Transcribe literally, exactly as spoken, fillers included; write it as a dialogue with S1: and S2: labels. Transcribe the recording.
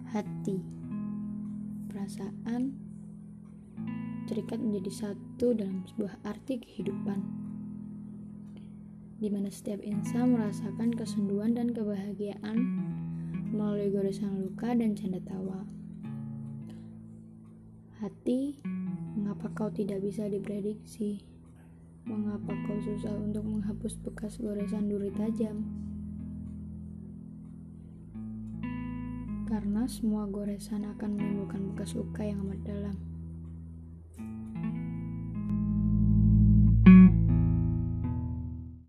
S1: Hati, perasaan terikat menjadi satu dalam sebuah arti kehidupan, di mana setiap insan merasakan kesenduan dan kebahagiaan melalui goresan luka dan canda tawa. Hati, mengapa kau tidak bisa diprediksi? Mengapa kau susah untuk menghapus bekas goresan duri tajam? Karena semua goresan akan menimbulkan bekas luka yang amat dalam.